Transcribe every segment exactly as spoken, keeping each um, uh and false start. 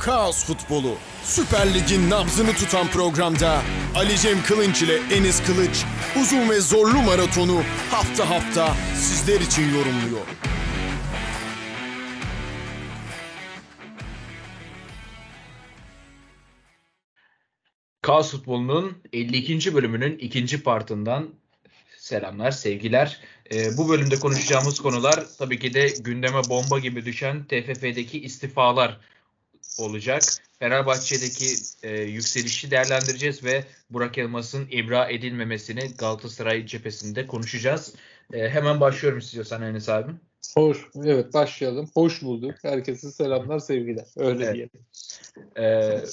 Kaos Futbolu, Süper Lig'in nabzını tutan programda Ali Cem Kılınç ile Enis Kılıç uzun ve zorlu maratonu hafta hafta sizler için yorumluyor. Kaos Futbolu'nun elli ikinci bölümünün ikinci partından selamlar, sevgiler. Ee, bu bölümde konuşacağımız konular tabii ki de gündeme bomba gibi düşen T F F'deki istifalar olacak. Fenerbahçe'deki e, yükselişi değerlendireceğiz ve Burak Elmas'ın ibra edilmemesini Galatasaray cephesinde konuşacağız. E, hemen başlıyorum istiyorsan Enes abi. Hoş, evet başlayalım. Hoş bulduk. Herkese selamlar, sevgiler. Öyle evet. diyelim. E,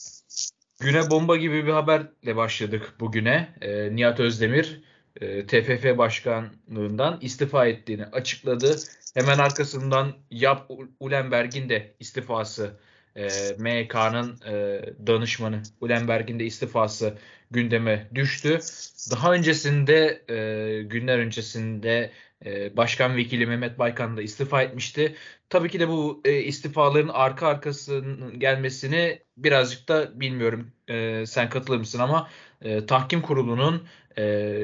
güne bomba gibi bir haberle başladık bugüne. E, Nihat Özdemir e, T F F başkanlığından istifa ettiğini açıkladı. Hemen arkasından Yap Ulenberg'in de istifası, e, M H K'nın e, danışmanı Ulenberg'in de istifası gündeme düştü. Daha öncesinde, e, günler öncesinde e, Başkan Vekili Mehmet Baykan da istifa etmişti. Tabii ki de bu e, istifaların arka arkasının gelmesini birazcık da bilmiyorum, e, sen katılır mısın ama e, tahkim kurulunun e,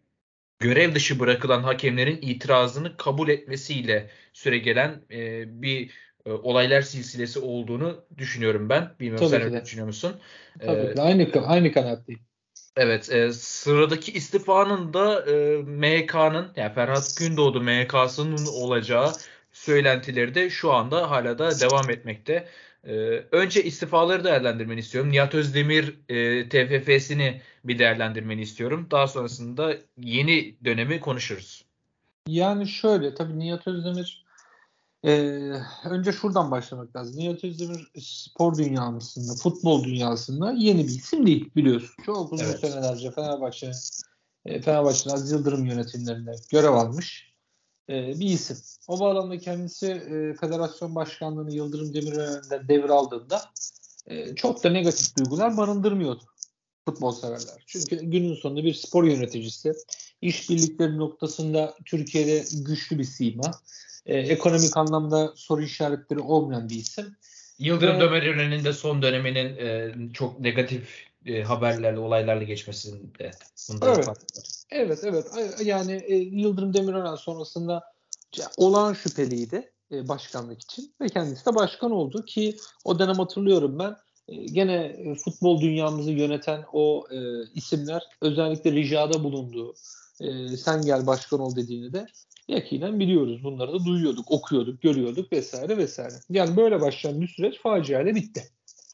görev dışı bırakılan hakemlerin itirazını kabul etmesiyle süregelen e, bir e, olaylar silsilesi olduğunu düşünüyorum ben. Bilmiyorum, Tabii sen ki öyle de. düşünüyor musun? Tabii E, ki de. Aynı, aynı kanaatteyim. Evet, e, sıradaki istifanın da e, M H K'nın, yani Ferhat Gündoğdu M H K'sının olacağı söylentileri de şu anda hala da devam etmekte. E, önce istifaları değerlendirmeni istiyorum. Nihat Özdemir e, T F F'sini bir değerlendirmeni istiyorum. Daha sonrasında yeni dönemi konuşuruz. Yani şöyle, tabii Nihat Özdemir e, önce şuradan başlamak lazım. Nihat Özdemir spor dünyasında, futbol dünyasında yeni bir isim değil, biliyorsun. Çok uzun Evet. senelerce Fenerbahçe e, Fenerbahçe'nin Aziz Yıldırım yönetimlerinde görev almış e, bir isim. O bağlamda kendisi e, federasyon başkanlığını Yıldırım Demirören'den devraldığında e, çok da negatif duygular barındırmıyordu futbol severler. Çünkü günün sonunda bir spor yöneticisi, işbirlikleri noktasında Türkiye'de güçlü bir sima, e, ekonomik anlamda soru işaretleri olmayan bir isim. Yıldırım Ve Demirören'in de son döneminin e, çok negatif e, haberlerle, olaylarla geçmesinde bunda da evet, fark var. evet, evet. Yani e, Yıldırım Demirören sonrasında olağan şüpheliydi e, başkanlık için ve kendisi de başkan oldu ki o dönem hatırlıyorum ben. E, gene e, futbol dünyamızı yöneten o e, isimler özellikle ricada bulunduğu, e, sen gel başkan ol dediğini de yakinen biliyoruz. Bunları da duyuyorduk, okuyorduk, görüyorduk vesaire vesaire. Yani böyle başlayan bir süreç faciayla bitti.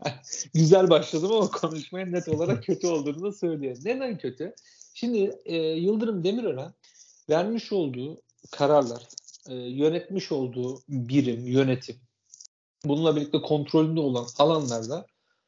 Güzel başladım ama konuşmaya net olarak kötü olduğunu da söyleyeyim. Neden kötü? Şimdi e, Yıldırım Demirören vermiş olduğu kararlar, e, yönetmiş olduğu birim, yönetim, bununla birlikte kontrolünde olan alanlarda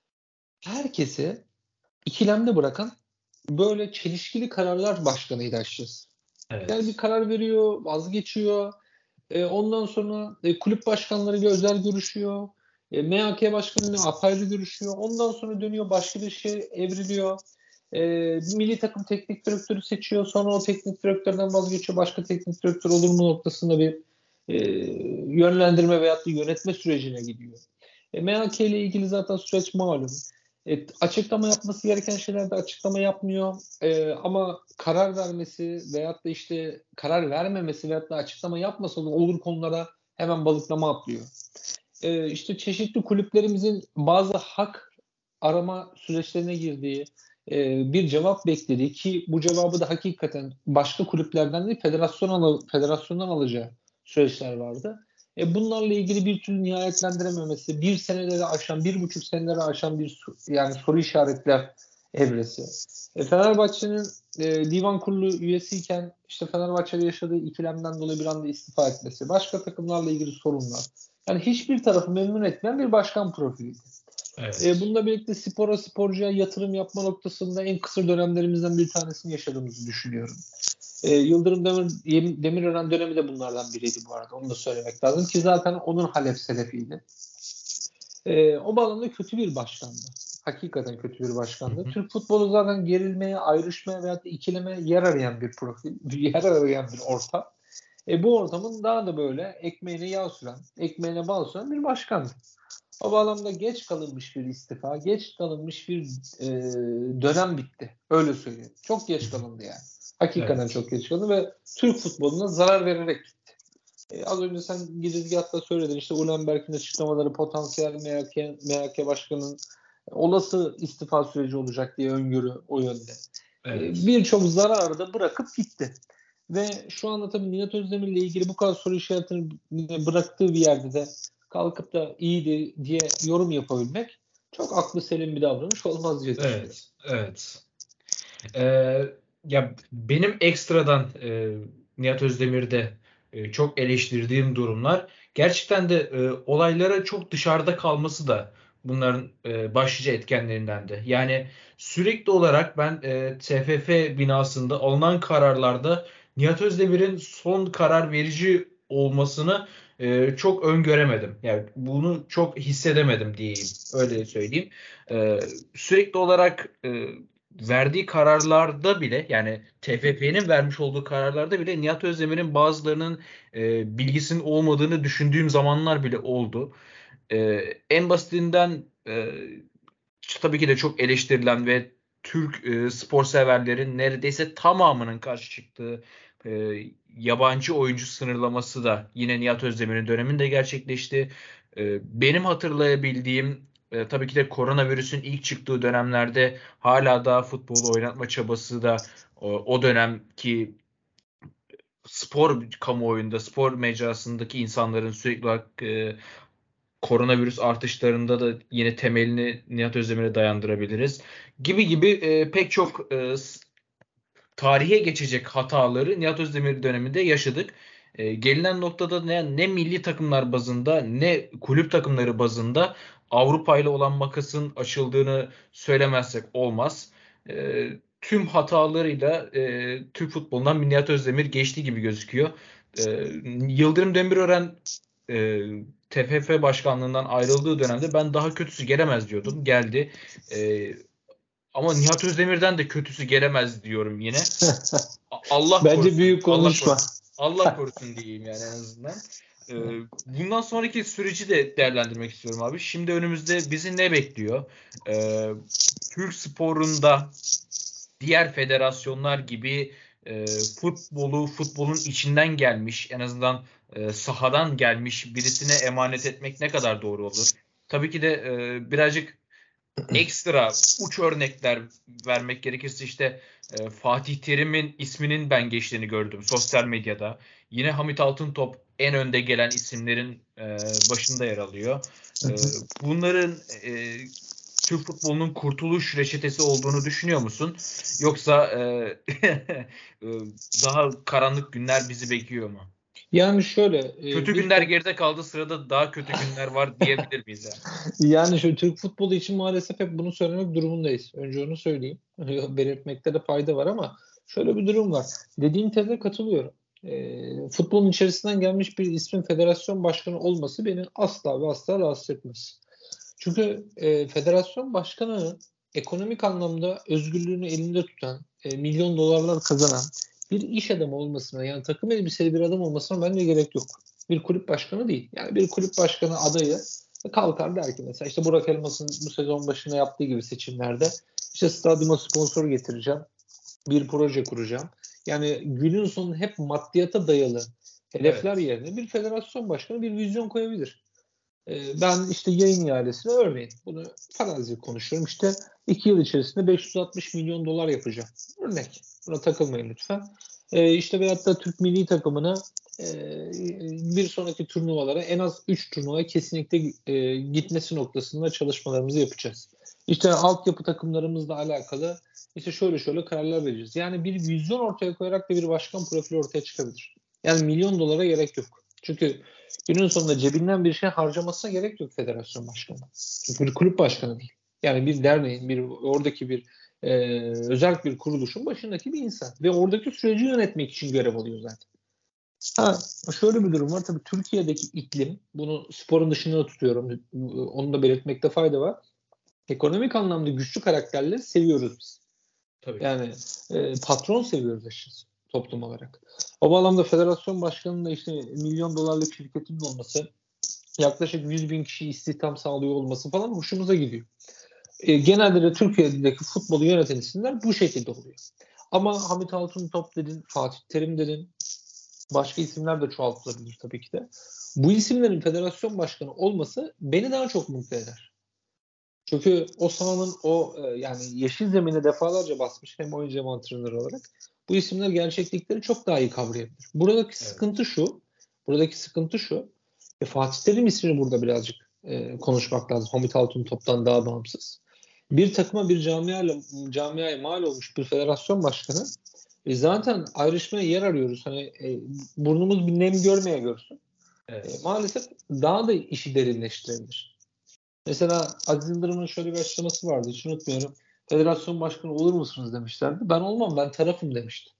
herkesi ikilemde bırakan böyle çelişkili kararlar başkanıydı açıkçası. Evet. Yani bir karar veriyor, vazgeçiyor. E, ondan sonra e, kulüp başkanlarıyla özel görüşüyor. E, M H K başkanıyla apayrı görüşüyor. Ondan sonra dönüyor, başka bir şey evriliyor. E, milli takım teknik direktörü seçiyor. Sonra o teknik direktörden vazgeçiyor. Başka teknik direktör olur mu noktasında bir e, yönlendirme veyahut da yönetme sürecine gidiyor. E, M H K ile ilgili zaten süreç malum. E, açıklama yapması gereken şeylerde açıklama yapmıyor. E, ama karar vermesi veyahut da işte karar vermemesi veyahut da açıklama yapmasa da olur konulara hemen balıklama atlıyor. E, işte çeşitli kulüplerimizin bazı hak arama süreçlerine girdiği, e, bir cevap beklediği ki bu cevabı da hakikaten başka kulüplerden değil federasyon al- federasyondan alacağı süreçler vardı. E bunlarla ilgili bir türlü nihayetlendirememesi, bir seneleri aşan, bir buçuk seneleri aşan bir yani soru işaretler evresi. E Fenerbahçe'nin e, divan kurulu üyesiyken işte Fenerbahçe'de yaşadığı ikilemden dolayı bir anda istifa etmesi, başka takımlarla ilgili sorunlar. Yani hiçbir tarafı memnun etmeyen bir başkan profiliydi. Evet. E, bununla birlikte spora, sporcuya yatırım yapma noktasında en kısır dönemlerimizden bir tanesini yaşadığımızı düşünüyorum. E, Yıldırım Demir, Demirören dönemi de bunlardan biriydi bu arada. Onu da söylemek lazım ki zaten onun Halep selefiydi. E, o bağlamda kötü bir başkandı. Hakikaten kötü bir başkandı. Hı hı. Türk futbolu zaten gerilmeye, ayrışmaya veyahut da ikileme yer arayan bir profil, yer arayan bir ortam. E, bu ortamın daha da böyle ekmeğine yağ süren, ekmeğine bal süren bir başkandı. O bağlamda geç kalınmış bir istifa, geç kalınmış bir e, dönem bitti. Öyle söyleyeyim. Çok geç kalındı yani. Hakikaten evet. Çok geç kalındı ve Türk futboluna zarar vererek gitti. E, az önce sen girizgahta söyledin. İşte Ulenberg'in açıklamaları, potansiyel M H K, M H K başkanının olası istifa süreci olacak diye öngörü o yönde. Evet. E, Birçok zararı da bırakıp gitti. Ve şu anda tabii Nihat Özdemir ile ilgili bu kadar soru işaretini bıraktığı bir yerde de kalkıp da iyiydi diye yorum yapabilmek çok aklı selim bir davranış olmaz diye düşünüyorum. Evet, evet. Ee, ya benim ekstradan e, Nihat Özdemir'de e, çok eleştirdiğim durumlar gerçekten de e, olaylara çok dışarıda kalması da bunların e, başlıca etkenlerindendi. Yani sürekli olarak ben e, T F F binasında alınan kararlarda Nihat Özdemir'in son karar verici olmasını e, çok öngöremedim. Yani bunu çok hissedemedim diyeyim. Öyle söyleyeyim. E, sürekli olarak e, verdiği kararlarda bile, yani T F F'nin vermiş olduğu kararlarda bile Nihat Özdemir'in bazılarının e, bilgisinin olmadığını düşündüğüm zamanlar bile oldu. E, en basitinden e, tabii ki de çok eleştirilen ve Türk e, spor severlerin neredeyse tamamının karşı çıktığı e, yabancı oyuncu sınırlaması da yine Nihat Özdemir'in döneminde gerçekleşti. E, benim hatırlayabildiğim e, tabii ki de koronavirüsün ilk çıktığı dönemlerde hala daha futbol oynatma çabası da o, o dönemki spor kamuoyunda, spor mecrasındaki insanların sürekli olarak e, koronavirüs artışlarında da yine temelini Nihat Özdemir'e dayandırabiliriz. Gibi gibi e, pek çok e, tarihe geçecek hataları Nihat Özdemir döneminde yaşadık. E, gelinen noktada ne, ne milli takımlar bazında ne kulüp takımları bazında Avrupa ile olan makasın açıldığını söylemezsek olmaz. E, tüm hatalarıyla e, Türk futbolundan bir Nihat Özdemir geçtiği gibi gözüküyor. E, Yıldırım Demirören e, T F F başkanlığından ayrıldığı dönemde ben daha kötüsü gelemez diyordum. Geldi. E, ama Nihat Özdemir'den de kötüsü gelemez diyorum yine. Allah Bence korusun. büyük konuşma. Allah korusun, Allah korusun diyeyim yani en azından. Ee, bundan sonraki süreci de değerlendirmek istiyorum abi. Şimdi önümüzde bizi ne bekliyor? Ee, Türk sporunda diğer federasyonlar gibi e, futbolu futbolun içinden gelmiş, en azından e, sahadan gelmiş birisine emanet etmek ne kadar doğru olur? Tabii ki de e, birazcık ekstra uç örnekler vermek gerekirse işte e, Fatih Terim'in isminin ben geçtiğini gördüm sosyal medyada. Yine Hamit Altıntop en önde gelen isimlerin e, başında yer alıyor. E, bunların e, Türk futbolunun kurtuluş reçetesi olduğunu düşünüyor musun? Yoksa e, daha karanlık günler bizi bekliyor mu? Yani şöyle. E, kötü günler geride kaldı, sırada daha kötü günler var diyebilir miyiz yani? Yani şu Türk futbolu için maalesef hep bunu söylemek durumundayız. Önce onu söyleyeyim. Belirtmekte de fayda var ama şöyle bir durum var. Dediğin teze katılıyorum. E, futbolun içerisinden gelmiş bir ismin federasyon başkanı olması beni asla ve asla rahatsız etmez. Çünkü e, federasyon başkanı ekonomik anlamda özgürlüğünü elinde tutan, e, milyon dolarlar kazanan bir iş adamı olmasına, yani takım elbiseli bir adam olmasına bence gerek yok. Bir kulüp başkanı değil. Yani bir kulüp başkanı adayı kalkar der ki mesela işte Burak Elmas'ın bu sezon başında yaptığı gibi seçimlerde işte stadyuma sponsor getireceğim, bir proje kuracağım. Yani günün sonu hep maddiyata dayalı hedefler evet. yerine bir federasyon başkanı bir vizyon koyabilir. Ben işte yayın ihalesine örneğin bunu farazi konuşuyorum. İşte iki yıl içerisinde beş yüz altmış milyon dolar yapacağım. Örnek. Buna takılmayın lütfen. Ee, işte veyahut da Türk milli takımına e, bir sonraki turnuvalara en az üç turnuva kesinlikle e, gitmesi noktasında çalışmalarımızı yapacağız. İşte altyapı takımlarımızla alakalı işte şöyle şöyle kararlar vereceğiz. Yani bir vizyon ortaya koyarak da bir başkan profili ortaya çıkabilir. Yani milyon dolara gerek yok. Çünkü günün sonunda cebinden bir şey harcamasına gerek yok federasyon başkanı. Çünkü bir kulüp başkanı değil. Yani bir derneğin, bir oradaki bir e, özel bir kuruluşun başındaki bir insan. Ve oradaki süreci yönetmek için görev alıyor zaten. Ha, şöyle bir durum var. Tabii Türkiye'deki iklim, bunu sporun dışında tutuyorum. Onu da belirtmekte fayda var. Ekonomik anlamda güçlü karakterleri seviyoruz biz. Tabii. Yani e, patron seviyoruz açıkçası toplum olarak. O bağlamda federasyon başkanının da işte milyon dolarlık şirketin olması yaklaşık yüz bin kişi istihdam sağlıyor olması falan hoşumuza gidiyor. E, genelde de Türkiye'deki futbolu yöneten isimler bu şekilde oluyor. Ama Hamit Altıntop dedin, Fatih Terim dedin, başka isimler de çoğaltılabilir tabii ki de. Bu isimlerin federasyon başkanı olması beni daha çok mutlu eder. Çünkü o sahanın o e, yani yeşil zemine defalarca basmış hem oyuncu hem antrenör olarak bu isimler gerçeklikleri çok daha iyi kavrayabilir. Buradaki evet. sıkıntı şu, buradaki sıkıntı şu. E, Fatih Terim ismini burada birazcık e, konuşmak lazım. Hamit Altıntop'tan daha bağımsız. Bir takıma bir camiayla camiaya mal olmuş bir federasyon başkanı e, zaten ayrışmaya yer arıyoruz. Hani e, burnumuz bir nem görmeye görsün. Evet. E, maalesef daha da işi derinleştirebilir. Mesela Aziz Yıldırım'ın şöyle bir açıklaması vardı. Hiç unutmuyorum. Federasyon başkanı olur musunuz demişlerdi. Ben olmam, ben tarafım demişti.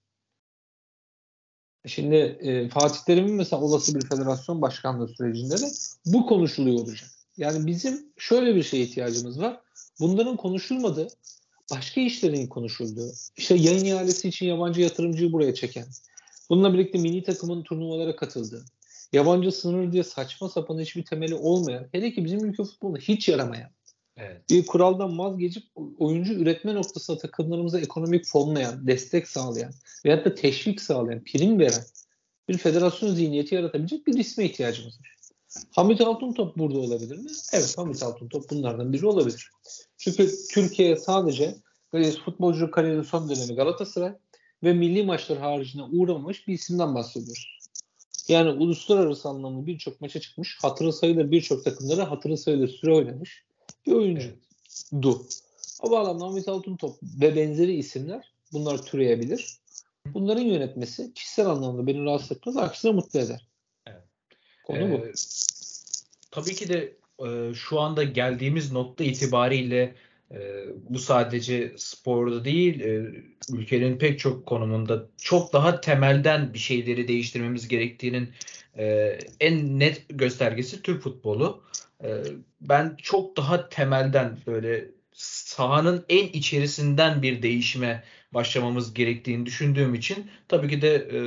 Şimdi e, Fatih Terim'in mesela olası bir federasyon başkanlığı sürecinde de bu konuşuluyor olacak. Yani bizim şöyle bir şeye ihtiyacımız var. Bunların konuşulmadığı, başka işlerin konuşulduğu, işte yayın ihalesi için yabancı yatırımcıyı buraya çeken, bununla birlikte milli takımın turnuvalara katıldığı, yabancı sınır diye saçma sapan hiçbir temeli olmayan, hele ki bizim ülke futbolunda hiç yaramayan, evet. bir kuraldan vazgeçip oyuncu üretme noktasında takımlarımıza ekonomik fonlayan, destek sağlayan veyahut da teşvik sağlayan, prim veren bir federasyon zihniyeti yaratabilecek bir isme ihtiyacımız var. Hamit Altıntop burada olabilir mi? Evet, Hamit Altıntop bunlardan biri olabilir. Çünkü Türkiye sadece futbolcu kariyerinin son dönemi Galatasaray ve milli maçlar haricinde uğramamış bir isimden bahsediyoruz. Yani uluslararası anlamda birçok maça çıkmış, hatırı sayılır birçok takımlara hatırı sayılır süre oynamış bir oyuncuydu. Evet. O bağlamda Hamit Altıntop ve benzeri isimler bunlar türeyebilir. Bunların yönetmesi kişisel anlamda beni rahatsız etmez, aksine mutlu eder. Evet. Konu ee, bu. Tabii ki de e, şu anda geldiğimiz nokta itibariyle e, bu sadece sporda değil, e, ülkenin pek çok konumunda çok daha temelden bir şeyleri değiştirmemiz gerektiğinin e, en net göstergesi Türk futbolu. E, ben çok daha temelden böyle sahanın en içerisinden bir değişime başlamamız gerektiğini düşündüğüm için tabii ki de e,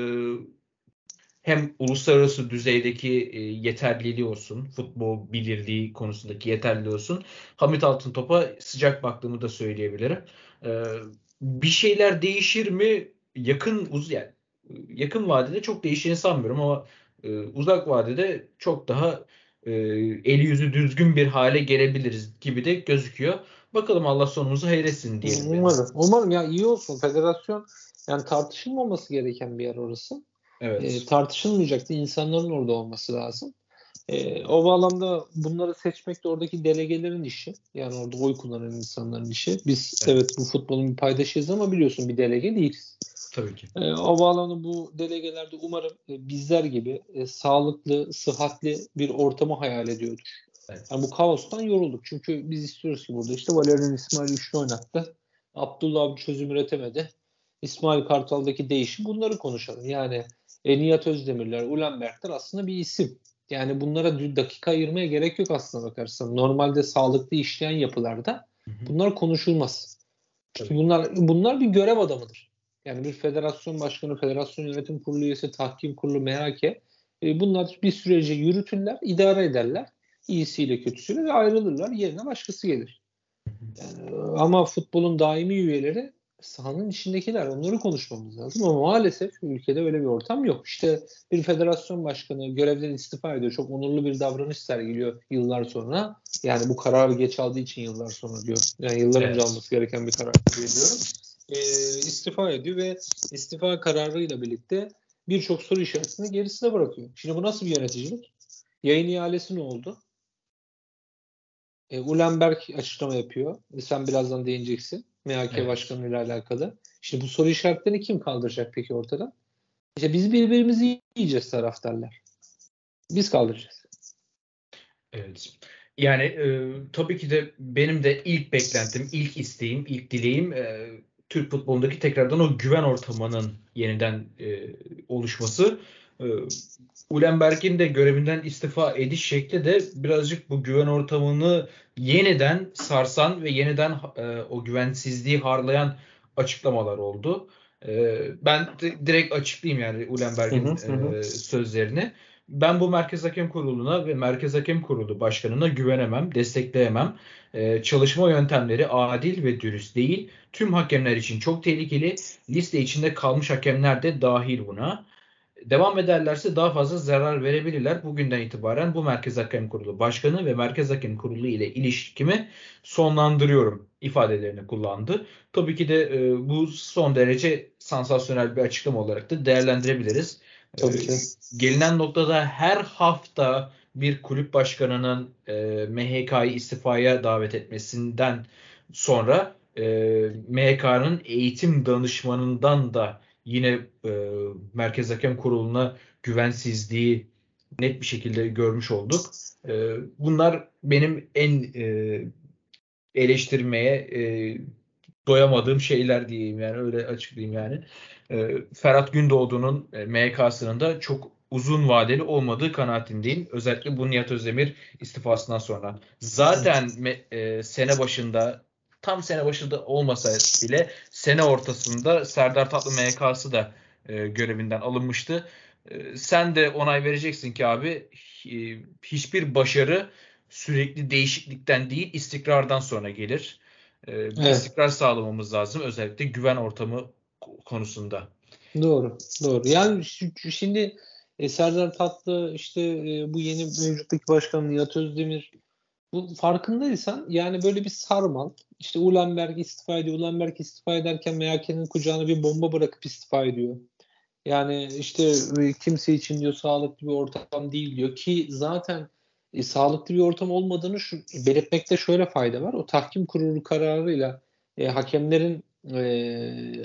hem uluslararası düzeydeki e, yeterliliği olsun, futbol bilirliği konusundaki yeterliliği olsun, Hamit Altıntop'a sıcak baktığımı da söyleyebilirim. E, bir şeyler değişir mi? Yakın uz yani yakın vadede çok değişeceğini sanmıyorum ama e, uzak vadede çok daha e, eli yüzü düzgün bir hale gelebiliriz gibi de gözüküyor. Bakalım, Allah sonumuzu hayretsin diyelim. Umarım. Umarım ya, iyi olsun. Federasyon yani tartışılmaması gereken bir yer orası. Evet. E, tartışılmayacaktı. İnsanların orada olması lazım. E, o bağlamda bunları seçmek de oradaki delegelerin işi. Yani orada oy kullanan insanların işi. Biz evet, evet bu futbolun bir paydaşıyız ama biliyorsun bir delege değiliz. Tabii ki. E, o bağlamda bu delegelerde umarım e, bizler gibi e, sağlıklı, sıhhatli bir ortamı hayal ediyordur. Evet. Yani bu kaostan yorulduk. Çünkü biz istiyoruz ki burada işte Valerian İsmail üçlü oynattı. Abdullah bir çözüm üretemedi. İsmail Kartal'daki değişim, bunları konuşalım. Yani e, Nihat Özdemirler, Ulenberg'ler aslında bir isim. Yani bunlara dakika ayırmaya gerek yok aslına bakarsan. Normalde sağlıklı işleyen yapılarda bunlar konuşulmaz. Çünkü bunlar bunlar bir görev adamıdır. Yani bir federasyon başkanı, federasyon yönetim kurulu üyesi, tahkim kurulu, M H K e, bunlar bir süreci yürütürler, idare ederler. İyisiyle kötüsüyle ve ayrılırlar. Yerine başkası gelir. Yani, ama futbolun daimi üyeleri sahanın içindekiler. Onları konuşmamız lazım. Ama maalesef ülkede öyle bir ortam yok. İşte bir federasyon başkanı görevden istifa ediyor. Çok onurlu bir davranış sergiliyor yıllar sonra. Yani bu kararı geç aldığı için yıllar sonra diyor. Yani yıllar önce evet. alması gereken bir karar diyorum. E, istifa ediyor ve istifa kararıyla birlikte birçok soru işaretini gerisine bırakıyor. Şimdi bu nasıl bir yöneticilik? Yayın ihalesi ne oldu? E, Ulenberg açıklama yapıyor. E, sen birazdan değineceksin. M H K evet. Başkanı ile alakalı. Şimdi bu soru işaretlerini kim kaldıracak peki ortadan? İşte biz birbirimizi yiyeceğiz taraftarlar. Biz kaldıracağız. Evet. Yani e, tabii ki de benim de ilk beklentim, ilk isteğim, ilk dileğim e, Türk futbolundaki tekrardan o güven ortamının yeniden e, oluşması. E, Ulenberg'in de görevinden istifa ediş şekli de birazcık bu güven ortamını yeniden sarsan ve yeniden e, o güvensizliği harlayan açıklamalar oldu. E, ben de direkt açıklayayım yani Ulenberg'in hı hı hı. E, sözlerini. ben bu Merkez Hakem Kurulu'na ve Merkez Hakem Kurulu Başkanı'na güvenemem, destekleyemem. Ee, çalışma yöntemleri adil ve dürüst değil. Tüm hakemler için çok tehlikeli. Liste içinde kalmış hakemler de dahil buna. Devam ederlerse daha fazla zarar verebilirler. Bugünden itibaren bu Merkez Hakem Kurulu Başkanı ve Merkez Hakem Kurulu ile ilişkimi sonlandırıyorum ifadelerini kullandı. Tabii ki de e, bu son derece sansasyonel bir açıklama olarak da değerlendirebiliriz. Tabii ki. Gelinen noktada her hafta bir kulüp başkanının e, M H K'yı istifaya davet etmesinden sonra e, M H K'nın eğitim danışmanından da yine e, Merkez Hakem Kurulu'na güvensizliği net bir şekilde görmüş olduk. E, bunlar benim en e, eleştirmeye e, doyamadığım şeyler diyeyim, yani öyle açıklayayım yani. E, Ferhat Gündoğdu'nun e, M H K'sının da çok uzun vadeli olmadığı kanaatindeyim. Özellikle bu Nihat Özdemir istifasından sonra. Zaten me- e, sene başında, tam sene başında olmasa bile sene ortasında Serdar Tatlı M H K'sı da e, görevinden alınmıştı. E, sen de onay vereceksin ki abi, e, hiçbir başarı sürekli değişiklikten değil, istikrardan sonra gelir. E, Evet. istikrar sağlamamız lazım, özellikle güven ortamı konusunda. Doğru. Doğru. Yani şu- şimdi e, Serdar Tatlı, işte e, bu yeni mevcuttaki başkan Nihat Özdemir, bu farkındaysan yani böyle bir sarmal. İşte Ulenberg istifa ediyor. Ulenberg istifa ederken M H K'nin kucağına bir bomba bırakıp istifa ediyor. Yani işte e, kimse için diyor sağlıklı bir ortam değil diyor ki zaten e, sağlıklı bir ortam olmadığını şu, belirtmekte şöyle fayda var. O tahkim kurulu kararıyla e, hakemlerin e,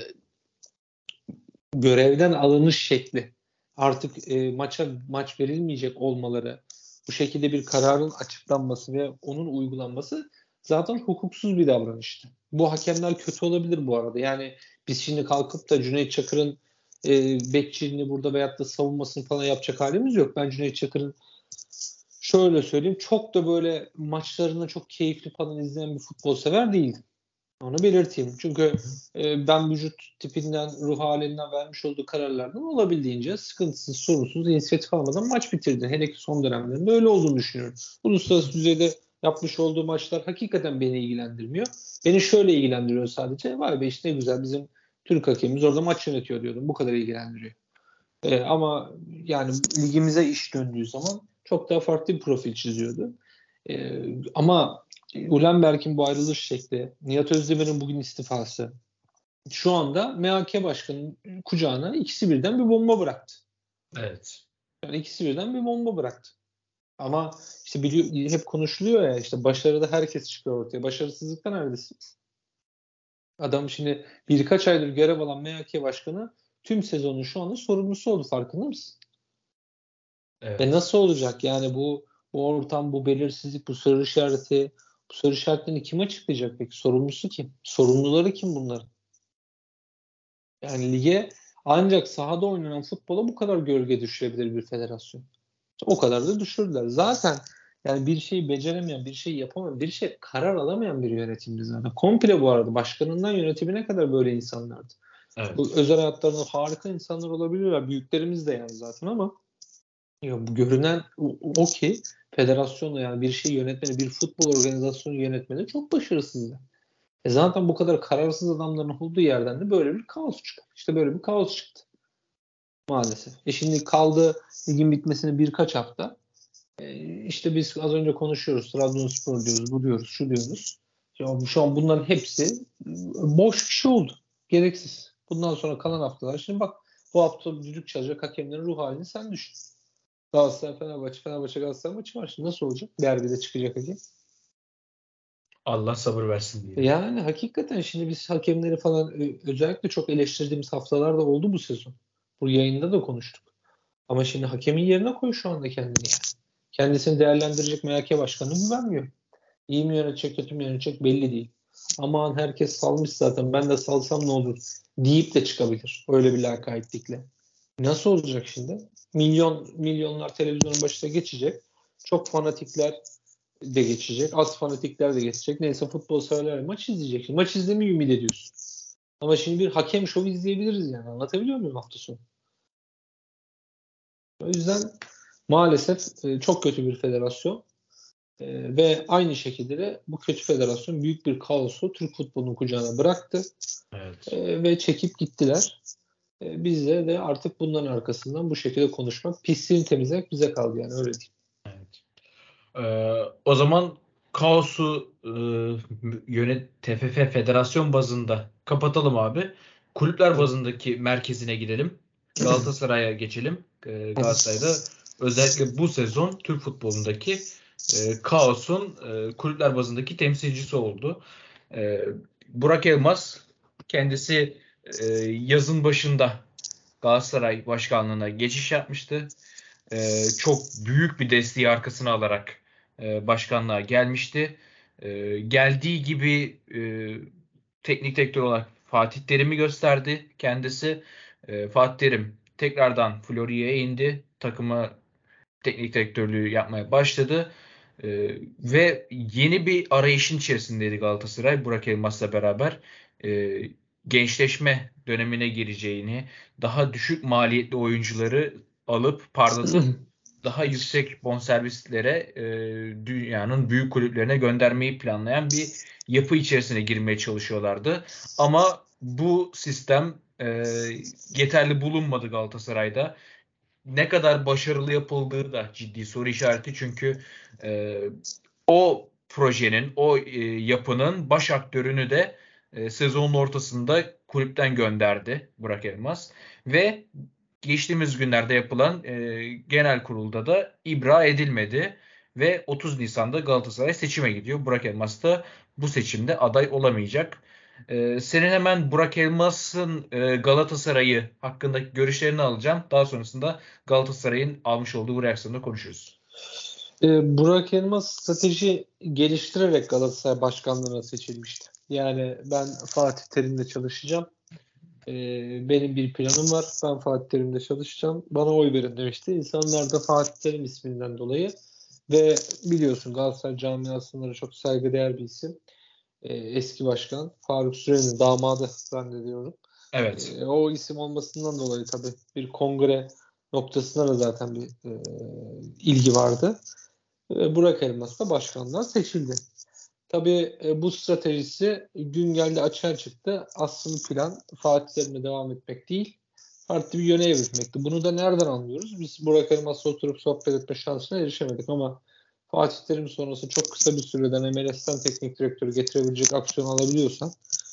görevden alınış şekli, artık e, maça maç verilmeyecek olmaları, bu şekilde bir kararın açıklanması ve onun uygulanması zaten hukuksuz bir davranıştı. Bu hakemler kötü olabilir bu arada. Yani biz şimdi kalkıp da Cüneyt Çakır'ın e, bekçiliğini burada veyahut da savunmasını falan yapacak halimiz yok. Ben Cüneyt Çakır'ın, şöyle söyleyeyim, çok da böyle maçlarını çok keyifli falan izleyen bir futbol sever değildim. Onu belirteyim. Çünkü e, ben vücut tipinden, ruh halinden vermiş olduğu kararlardan olabildiğince sıkıntısız, sorunsuz, inisiyatif almadan maç bitirdi. Hele ki son dönemlerinde öyle olduğunu düşünüyorum. Uluslararası düzeyde yapmış olduğu maçlar hakikaten beni ilgilendirmiyor. Beni şöyle ilgilendiriyor sadece. Vay be, işte ne güzel, bizim Türk hakemimiz orada maç yönetiyor diyordum. Bu kadar ilgilendiriyor. E, ama yani ligimize iş döndüğü zaman çok daha farklı bir profil çiziyordu. E, ama Ulenberg'in bu ayrılış şekli, Nihat Özdemir'in bugün istifası, şu anda M H K Başkanı'nın kucağına ikisi birden bir bomba bıraktı. Evet. Yani ikisi birden bir bomba bıraktı. Ama işte biliyor, hep konuşuluyor ya, işte başarıda herkes çıkıyor ortaya. Başarısızlıkta neredesiniz? Adam şimdi birkaç aydır görev alan M H K Başkanı tüm sezonun şu anda sorumlusu oldu, farkında mısın? Evet. Ve nasıl olacak yani bu, bu ortam, bu belirsizlik, bu soru işareti, bu soru işaretlerini kim açıklayacak peki? Sorumlusu kim? Sorumluları kim bunların? Yani lige ancak sahada oynanan futbola bu kadar gölge düşürebilir bir federasyon. O kadar da düşürdüler. Zaten yani bir şeyi beceremeyen, bir şey yapamayan, bir şey karar alamayan bir yönetimdi zaten. Komple bu arada. Başkanından yönetimine kadar böyle insanlardı. Evet. Bu özel hayatlarında harika insanlar olabilirler. Büyüklerimiz de yani zaten, ama ya bu görünen o, o ki federasyonla, yani bir şey yönetmeni, bir futbol organizasyonu yönetmeni çok başarısızdı. E zaten bu kadar kararsız adamların olduğu yerden de böyle bir kaos çıktı. İşte böyle bir kaos çıktı maalesef. E şimdi kaldı ligin bitmesine birkaç hafta. E işte biz az önce konuşuyoruz. Trabzonspor diyoruz, bu diyoruz, şu diyoruz. Ya şu an bunların hepsi boş bir şey oldu. Gereksiz. Bundan sonra kalan haftalar. Şimdi bak, bu hafta düdük çalacak hakemlerin ruh halini sen düşün. Galatasaray Fenerbahçe, Fenerbahçe Galatasaray maçı var. Şimdi nasıl olacak? Derbide çıkacak hakem. Allah sabır versin diye. Yani hakikaten şimdi biz hakemleri falan özellikle çok eleştirdiğimiz haftalar da oldu bu sezon. Bu yayında da konuştuk. Ama şimdi hakemin yerine koy şu anda kendini yani. Kendisini değerlendirecek M H K başkanı güvenmiyor. İyi mi yönetecek, kötü mü yönetecek belli değil. Aman herkes salmış zaten, ben de salsam ne olur deyip de çıkabilir. Öyle bir lakaytlikle. Nasıl olacak şimdi? Milyon milyonlar televizyonun başına geçecek. Çok fanatikler de geçecek. Az fanatikler de geçecek. Neyse, futbol severler maç izleyecek. Şimdi maç izlemeyi ümit ediyorsun. Ama şimdi bir hakem şovu izleyebiliriz yani. Anlatabiliyor muyum hafta sonu? O yüzden Maalesef e, çok kötü bir federasyon e, ve aynı şekilde de bu kötü federasyon büyük bir kaosu Türk futbolunun kucağına bıraktı. Evet. E, ve çekip gittiler. E, bizde de artık bunların arkasından bu şekilde konuşmak, pisliğini temizlemek bize kaldı yani, öyle diyeyim. Evet. Ee, o zaman kaosu e, yönet T F F federasyon bazında kapatalım abi. Kulüpler bazındaki merkezine gidelim. Galatasaray'a geçelim. Ee, Galatasaray'da özellikle bu sezon Türk futbolundaki e, kaosun e, kulüpler bazındaki temsilcisi oldu. E, Burak Elmas kendisi e, yazın başında Galatasaray başkanlığına geçiş yapmıştı. E, çok büyük bir desteği arkasına alarak e, başkanlığa gelmişti. E, geldiği gibi e, teknik direktör olarak Fatih Terim'i gösterdi kendisi. E, Fatih Terim tekrardan Florya'ya indi. Takıma teknik direktörlüğü yapmaya başladı. E, ve yeni bir arayışın içerisindeydi Galatasaray Burak Elmas'la beraber. E, Gençleşme dönemine gireceğini, daha düşük maliyetli oyuncuları alıp parlatıp daha yüksek bonservislere e, dünyanın büyük kulüplerine göndermeyi planlayan bir yapı içerisine girmeye çalışıyorlardı. Ama bu sistem e, yeterli bulunmadı Galatasaray'da. Ne kadar başarılı yapıldığı da ciddi soru işareti. Çünkü e, o projenin, o e, yapının baş aktörünü de e, sezonun ortasında kulüpten gönderdi Burak Elmas. Ve geçtiğimiz günlerde yapılan e, genel kurulda da ibra edilmedi. Ve otuz Nisan'da Galatasaray seçime gidiyor. Burak Elmas da bu seçimde aday olamayacak. Ee, senin hemen Burak Elmas'ın e, Galatasaray'ı hakkındaki görüşlerini alacağım. Daha sonrasında Galatasaray'ın almış olduğu bu reaksiyonda konuşuruz. E, Burak Elmas strateji geliştirerek Galatasaray başkanlığına seçilmişti. Yani ben Fatih Terim'le çalışacağım. E, benim bir planım var. Ben Fatih Terim'le çalışacağım. Bana oy verin demişti. İnsanlar da Fatih Terim isminden dolayı ve biliyorsun Galatasaray camiasında çok saygıdeğer bir isim. E, eski başkan Faruk Süren'in damadı zannediyorum. Evet. E, o isim olmasından dolayı tabii bir kongre noktasına da zaten bir e, ilgi vardı. E, Burak Elmas da başkanlığa seçildi. Tabii e, bu stratejisi gün geldi açığa çıktı. Aslında plan Fatih Terim'le devam etmek değil, farklı bir yöne evrilmekti. Bunu da nereden anlıyoruz? Biz Burak Elmas'la oturup sohbet etme şansına erişemedik ama Fatih Terim sonrası çok kısa bir süreden M L S'ten teknik direktörü getirebilecek aksiyon alabiliyorsan,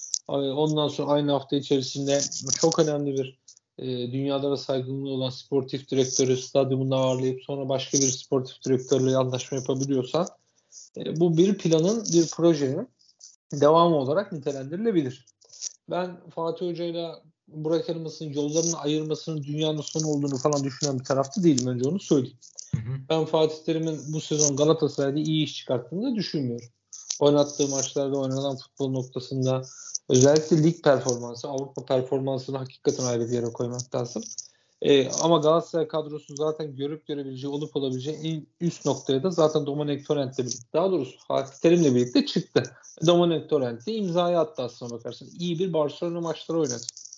ondan sonra aynı hafta içerisinde çok önemli bir e, dünyalara saygınlığı olan sportif direktörü stadyumunda ağırlayıp sonra başka bir sportif direktörle anlaşma yapabiliyorsan e, bu bir planın, bir projenin devamı olarak nitelendirilebilir. Ben Fatih Hoca'yla Burak Elmas'ın yollarını ayırmasının dünyanın sonu olduğunu falan düşünen bir tarafta değilim, önce onu söyleyeyim. Hı hı. Ben Fatih Terim'in bu sezon Galatasaray'da iyi iş çıkarttığını da düşünmüyorum. Oynattığı maçlarda, oynanan futbol noktasında özellikle lig performansı, Avrupa performansını hakikaten ayrı bir yere koymak lazım. Ee, ama Galatasaray kadrosu zaten görüp görebileceği, olup olabileceği en üst noktaya da zaten Dominic Torrent'le birlikte, daha doğrusu Fatih Terim'le birlikte çıktı. Dominic Torrent'le imzayı attı aslına bakarsan. İyi bir Barcelona maçları oynadı.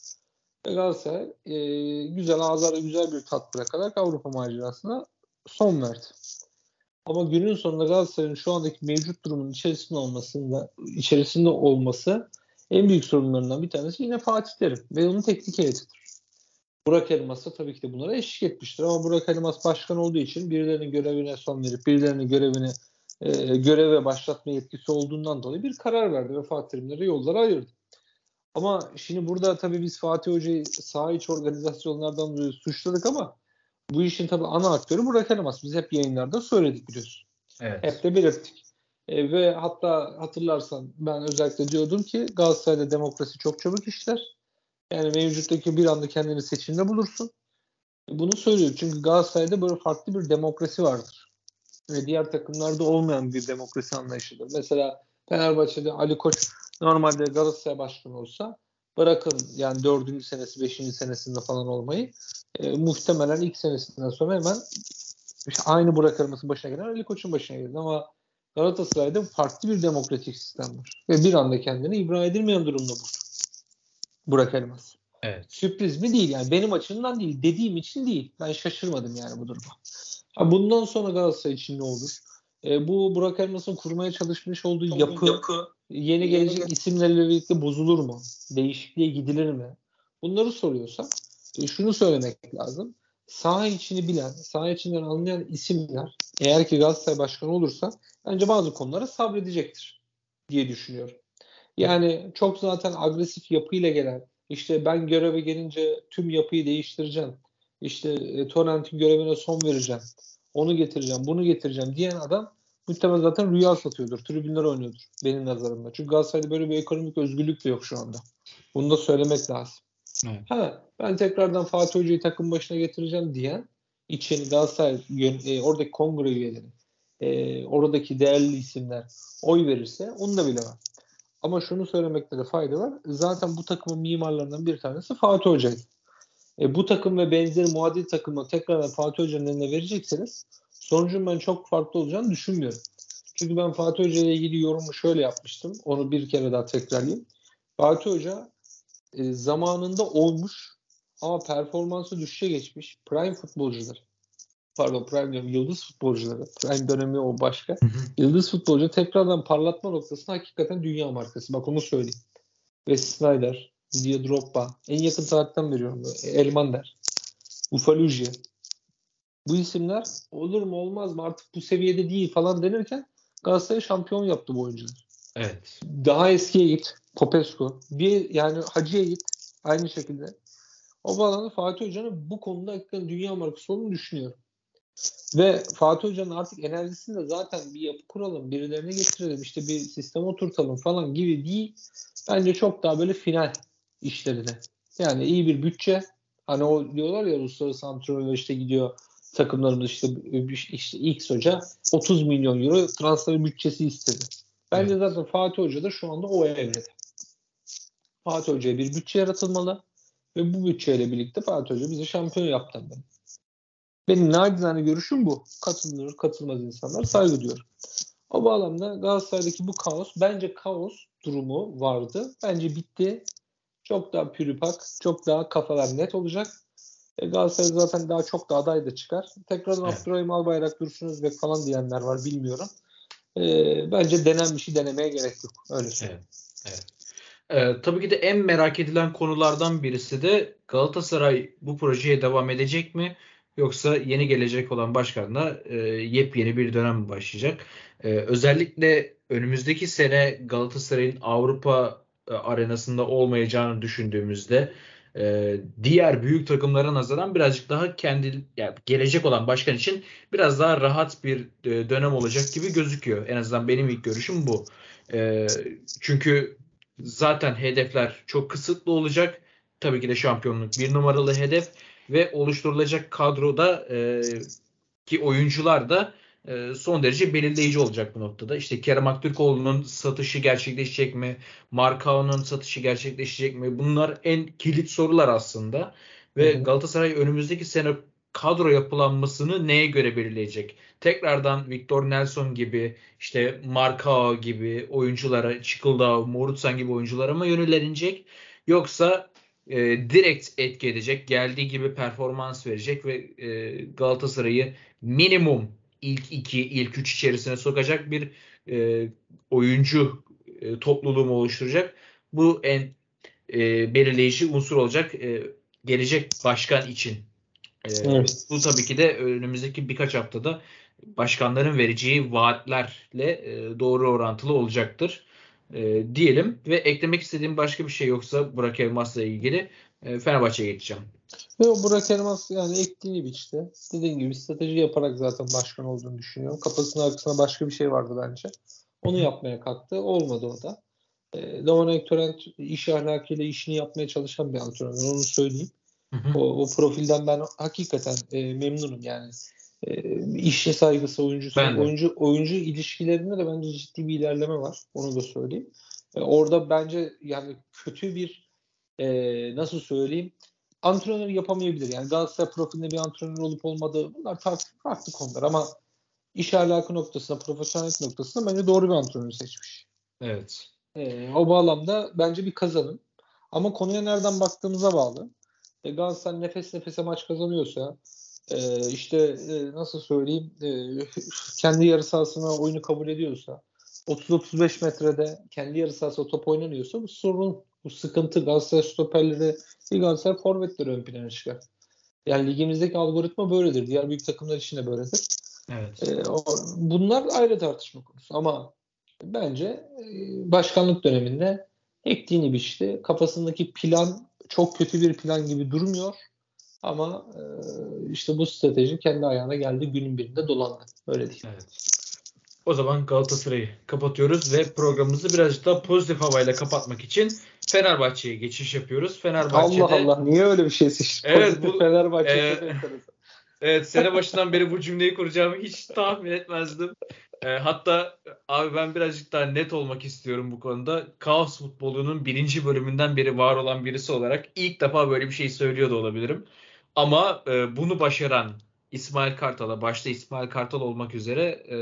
Ve Galatasaray e, güzel, ağızlara güzel bir tat bırakarak Avrupa macerasına son verdi. Ama günün sonunda Galatasaray'ın şu andaki mevcut durumun içerisinde olmasında, içerisinde olması en büyük sorunlarından bir tanesi yine Fatih Terim ve onun teknik heyetidir. Burak Elmas da tabii ki de bunlara eşlik etmiştir ama Burak Elmas başkan olduğu için birilerinin görevine son verip birilerinin görevini e, göreve başlatma yetkisi olduğundan dolayı bir karar verdi ve Fatih Terim'leri yollara ayırdı. Ama şimdi burada tabii biz Fatih Hoca'yı saha içi organizasyonlardan dolayı suçladık ama bu işin tabii ana aktörü Burak Elmas. Biz hep yayınlarda söyledik, biliyorsun. Evet. Hep de belirttik. E, ve hatta hatırlarsan ben özellikle diyordum ki Galatasaray'da demokrasi çok çabuk işler. Yani mevcuttaki bir anda kendini seçimde bulursun. E, bunu söylüyorum çünkü Galatasaray'da böyle farklı bir demokrasi vardır. Ve diğer takımlarda olmayan bir demokrasi anlayışıdır. Mesela Fenerbahçe'de Ali Koç normalde Galatasaray başkanı olsa, bırakın yani dördüncü senesi, beşinci senesinde falan olmayı, e, muhtemelen ilk senesinden sonra hemen işte aynı Burak Elmas'ın başına gelen Ali Koç'un başına geldi. Ama Galatasaray'da farklı bir demokratik sistem var. Ve bir anda kendini ibra edilmeyen durumda buldu Burak Elmas. Evet. Sürpriz mi? Değil yani. Benim açımdan değil. Dediğim için değil. Ben şaşırmadım yani bu duruma. Ha, bundan sonra Galatasaray için ne olur? E, bu Burak Elmas'ın kurmaya çalışmış olduğu yapı, yapı yeni gelecek yeni... isimlerle birlikte bozulur mu? Değişikliğe gidilir mi? Bunları soruyorsak e, şunu söylemek lazım. Saha içini bilen, saha içinden anlayan isimler eğer ki Galatasaray başkanı olursa bence bazı konulara sabredecektir diye düşünüyorum. Yani çok zaten agresif yapıyla gelen, işte ben göreve gelince tüm yapıyı değiştireceğim, işte e, Torrent'in görevine son vereceğim, onu getireceğim, bunu getireceğim diyen adam muhtemelen zaten rüya satıyordur, tribünler oynuyordur benim nazarımda. Çünkü Galatasaray'da böyle bir ekonomik özgürlük de yok şu anda. Bunu da söylemek lazım. Evet. Ha, ben tekrardan Fatih Hoca'yı takım başına getireceğim diyen için Galatasaray e, oradaki kongre üyeleri, e, oradaki değerli isimler oy verirse onu da bilemem. Ama şunu söylemekte de fayda var. Zaten bu takımın mimarlarından bir tanesi Fatih Hoca'ydı. E, bu takım ve benzeri muadil takımı tekrardan Fatih Hoca'nın eline verecekseniz sonucun ben çok farklı olacağını düşünmüyorum. Çünkü ben Fatih Hoca ile ilgili yorumu şöyle yapmıştım. Onu bir kere daha tekrarlayayım. Fatih Hoca e, zamanında olmuş ama performansı düşüşe geçmiş prime futbolcular. Pardon prime diyorum. Yıldız futbolcuları. Prime dönemi o başka. Hı hı. Yıldız futbolcu tekrardan parlatma noktasında hakikaten dünya markası. Bak onu söyleyeyim. Wesley Sneijder, Didier Drogba. En yakın tarihten veriyorum. Elmander. Ufalujie. Bu isimler olur mu olmaz mı artık bu seviyede değil falan denirken Galatasaray şampiyon yaptı bu oyuncular. Evet. Daha eskiye git. Popescu. Bir yani Hacı'ya git. Aynı şekilde. O bağlamda Fatih Hoca'nın bu konuda hakikaten dünya markası olduğunu düşünüyorum. Ve Fatih Hoca'nın artık enerjisinde zaten bir yapı kuralım, birilerine getirelim, işte bir sistem oturtalım falan gibi değil. Bence çok daha böyle final işlerine. Yani iyi bir bütçe. Hani o diyorlar ya uluslararası antrenörler işte gidiyor takımlarımız işte, işte X hoca otuz milyon euro transfer bütçesi istedi. Bence evet. Zaten Fatih Hoca da şu anda o evrede. Fatih Hoca'ya bir bütçe yaratılmalı ve bu bütçeyle birlikte Fatih Hoca bizi şampiyon yaptı. Benim. Benim nacizane görüşüm bu. Katılır, katılmaz insanlar saygı duyuyorum. O bağlamda Galatasaray'daki bu kaos, bence kaos durumu vardı. Bence bitti. Çok daha pürüpak, çok daha kafalar net olacak. E, Galatasaray zaten daha çok da aday da çıkar. Tekrardan evet. Abdurrahim Albayrak, Dursun Özbek falan diyenler var, bilmiyorum. E, bence denen bir şey denemeye gerek yok. Öyle söyleyeyim. Evet. Evet. Ee, tabii ki de en merak edilen konulardan birisi de Galatasaray bu projeye devam edecek mi? Yoksa yeni gelecek olan başkanla e, yepyeni bir dönem mi başlayacak? Ee, özellikle önümüzdeki sene Galatasaray'ın Avrupa e, arenasında olmayacağını düşündüğümüzde e, diğer büyük takımlara nazaran birazcık daha kendi yani gelecek olan başkan için biraz daha rahat bir e, dönem olacak gibi gözüküyor. En azından benim ilk görüşüm bu. E, çünkü zaten hedefler çok kısıtlı olacak. Tabii ki de şampiyonluk bir numaralı hedef ve oluşturulacak kadroda e, ki oyuncular da e, son derece belirleyici olacak bu noktada. İşte Kerem Aktürkoğlu'nun satışı gerçekleşecek mi? Marcao'nun satışı gerçekleşecek mi? Bunlar en kilit sorular aslında. Ve hı hı. Galatasaray önümüzdeki sene kadro yapılanmasını neye göre belirleyecek? Tekrardan Victor Nelson gibi, işte Marcao gibi oyunculara, Çıkıldağ, Morutsan gibi oyunculara mı yönelenecek? Yoksa e, direkt etki edecek, geldiği gibi performans verecek ve e, Galatasaray'ı minimum ilk iki, ilk üç içerisine sokacak bir e, oyuncu e, topluluğu mu oluşturacak? Bu en e, belirleyici unsur olacak e, gelecek başkan için. E, evet. Bu tabii ki de önümüzdeki birkaç haftada başkanların vereceği vaatlerle e, doğru orantılı olacaktır. E, diyelim ve eklemek istediğim başka bir şey yoksa Burak Elmas'la ilgili e, Fenerbahçe'ye geçeceğim. Yok, Burak Elmas yani ektiğini biçti. Dediğim gibi strateji yaparak zaten başkan olduğunu düşünüyorum. Kafasının arkasında başka bir şey vardı bence. Onu yapmaya kalktı. Olmadı o da. E, Dominic Torrent iş ahlakıyla işini yapmaya çalışan bir antrenör. Onu söyleyeyim. Hı hı. O, o profilden ben hakikaten e, memnunum yani. E, işe saygısı, oyuncusu, oyuncu oyuncu ilişkilerinde de bence ciddi bir ilerleme var. Onu da söyleyeyim. E, orada bence yani kötü bir e, nasıl söyleyeyim antrenör yapamayabilir. Yani Galatasaray profilinde bir antrenör olup olmadığı bunlar farklı, farklı konular ama iş ahlakı noktasında, profesyonellik noktasında bence doğru bir antrenör seçmiş. Evet. E, o bağlamda bence bir kazanım. Ama konuya nereden baktığımıza bağlı. E, Galatasaray nefes nefese maç kazanıyorsa, e, işte e, nasıl söyleyeyim e, kendi yarı sahasına oyunu kabul ediyorsa, otuz otuz beş metrede kendi yarı sahasında top oynanıyorsa bu sorun, bu sıkıntı. Galatasaray stoperleri, bir Galatasaray forvetleri ön plana çıkar. Yani ligimizdeki algoritma böyledir. Diğer büyük takımlar için de böyledir. Evet. E, o, bunlar ayrı tartışma konusu ama bence e, başkanlık döneminde ektiğini biçti. Kafasındaki plan çok kötü bir plan gibi durmuyor. Ama e, işte bu strateji kendi ayağına geldi. Günün birinde dolandı. Öyle değil. Evet. O zaman Galatasaray'ı kapatıyoruz ve programımızı birazcık daha pozitif havayla kapatmak için Fenerbahçe'ye geçiş yapıyoruz. Fenerbahçe'de Allah Allah, niye öyle bir şey seçtin? Evet, Pozitif bu- Fenerbahçe e, çok enteresan. Evet, sene başından beri bu cümleyi kuracağımı hiç tahmin etmezdim. E, hatta abi ben birazcık daha net olmak istiyorum bu konuda. Kaos futbolunun birinci bölümünden beri var olan birisi olarak ilk defa böyle bir şey söylüyor da olabilirim. Ama e, bunu başaran İsmail Kartal'a, başta İsmail Kartal olmak üzere e,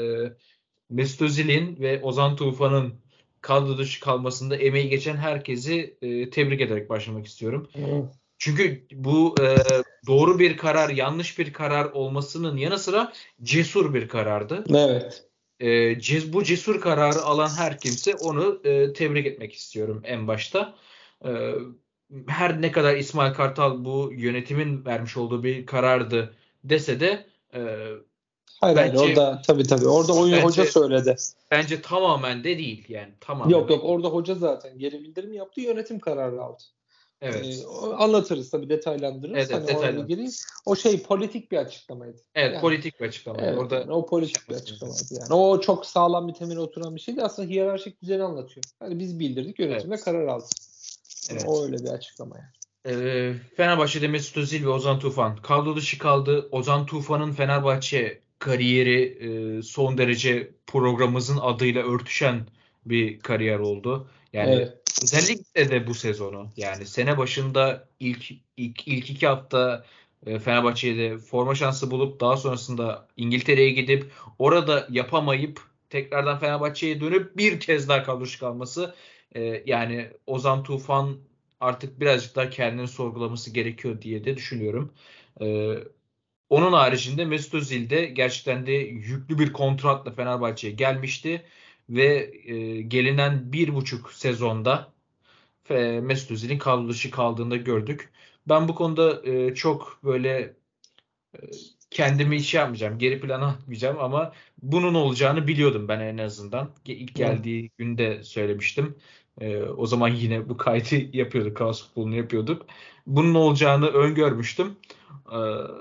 Mesut Özil'in ve Ozan Tufan'ın kadro dışı kalmasında emeği geçen herkesi e, tebrik ederek başlamak istiyorum. Hı. Çünkü bu e, doğru bir karar, yanlış bir karar olmasının yanı sıra cesur bir karardı. Evet. E, ce- bu cesur kararı alan her kimse onu e, tebrik etmek istiyorum en başta. E, her ne kadar İsmail Kartal bu yönetimin vermiş olduğu bir karardı dese de e, Hayır hayır, bence orada tabii tabii. Orada oyun hoca bence söyledi. bence tamamen de değil yani tamamen. Yok yok, orada hoca zaten geri bildirim yaptı. Yönetim kararı aldı. Evet. Ee, o- anlatırız tabii, detaylandırırız. Evet, evet, Hani ona bir detaylandırırız. gireyim. O şey politik bir açıklamaydı. Evet, Yani, politik bir açıklamaydı. evet, Orada yani o politik şey bir yapmasın. açıklamaydı. Yani o çok sağlam bir temel oturan bir şeydi. Aslında hiyerarşik düzeni anlatıyor. Hani biz bildirdik, yönetim de Evet. karar aldı. Yani Evet. o öyle bir açıklama yani. Ee, Fenerbahçe'de Mesut Özil ve Ozan Tufan kadro dışı kaldı. Ozan Tufan'ın Fenerbahçe kariyeri e, son derece programımızın adıyla örtüşen bir kariyer oldu. Yani Evet. özellikle de bu sezonu, yani sene başında ilk ilk, ilk iki hafta e, Fenerbahçe'de forma şansı bulup daha sonrasında İngiltere'ye gidip orada yapamayıp tekrardan Fenerbahçe'ye dönüp bir kez daha kadro dışı kalması, e, yani Ozan Tufan artık birazcık daha kendini sorgulaması gerekiyor diye de düşünüyorum. Ee, onun haricinde Mesut Özil de gerçekten de yüklü bir kontratla Fenerbahçe'ye gelmişti ve e, gelinen bir buçuk sezonda e, Mesut Özil'in kadro dışı kaldığında gördük. Ben bu konuda e, çok böyle e, kendimi hiç şey yapmayacağım, geri plana atmayacağım ama bunun olacağını biliyordum ben en azından. Ge- İlk geldiği günde söylemiştim. Ee, o zaman yine bu kaydı yapıyorduk, kaos futbolunu yapıyorduk. Bunun olacağını öngörmüştüm. Ee,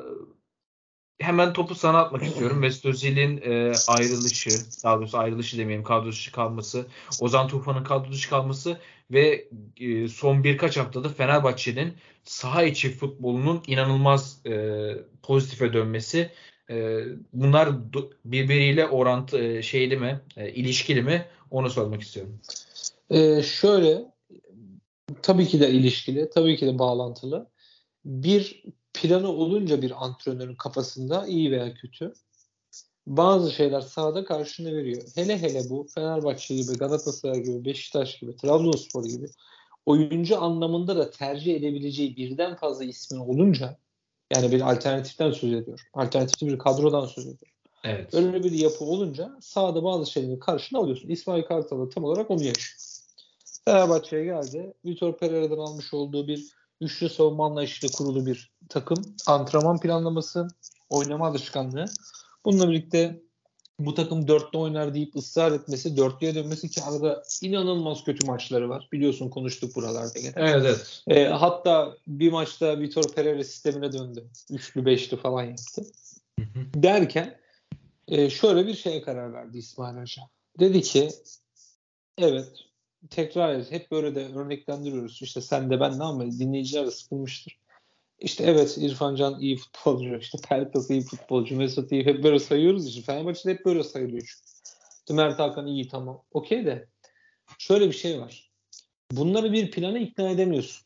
hemen topu sana atmak istiyorum. Mesut Özil'in e, ayrılışı, daha doğrusu ayrılışı demeyelim, kadro dışı kalması, Ozan Tufan'ın kadro dışı kalması ve e, son birkaç haftada Fenerbahçe'nin saha içi futbolunun inanılmaz e, pozitife dönmesi. E, bunlar do- birbiriyle orantı e, şeyli mi, e, ilişkili mi? Onu sormak istiyorum. Ee, şöyle, tabii ki de ilişkili, tabii ki de bağlantılı. Bir planı olunca bir antrenörün kafasında, iyi veya kötü, bazı şeyler sahada karşına veriyor. Hele hele bu Fenerbahçe gibi, Galatasaray gibi, Beşiktaş gibi, Trabzonspor gibi oyuncu anlamında da tercih edebileceği birden fazla ismin olunca, yani bir alternatiften söz ediyor. Alternatifli bir kadrodan söz ediyor. Evet. Öyle bir yapı olunca sahada bazı şeyleri karşına alıyorsun. İsmail Kartal da tam olarak onu yaşıyor. Fenerbahçe'ye geldi. Vitor Pereira'dan almış olduğu bir üçlü savunma anlayışıyla kurulu bir takım. Antrenman planlaması, oynama alışkanlığı. Bununla birlikte bu takım dörtlü oynar deyip ısrar etmesi, dörtlüye dönmesi, ki arada inanılmaz kötü maçları var. Biliyorsun, konuştuk buralarda gene. Evet, evet. E, hatta bir maçta Vitor Pereira sistemine döndü. Üçlü beşli falan yaptı. Hı hı. Derken e, şöyle bir şeye karar verdi İsmail Hoca. Dedi ki evet, tekrar et. Hep böyle de örneklendiriyoruz. İşte sen de ben de, ama dinleyiciler de sıkılmıştır. İşte evet, İrfan Can iyi futbolcu, işte Pelkas iyi futbolcu, Mesut iyi, hep böyle sayıyoruz. İşte Fenerbahçe'de hep böyle sayılıyor çünkü. İşte Mert Hakan iyi, tamam. Okey de şöyle bir şey var. Bunları bir plana ikna edemiyorsun.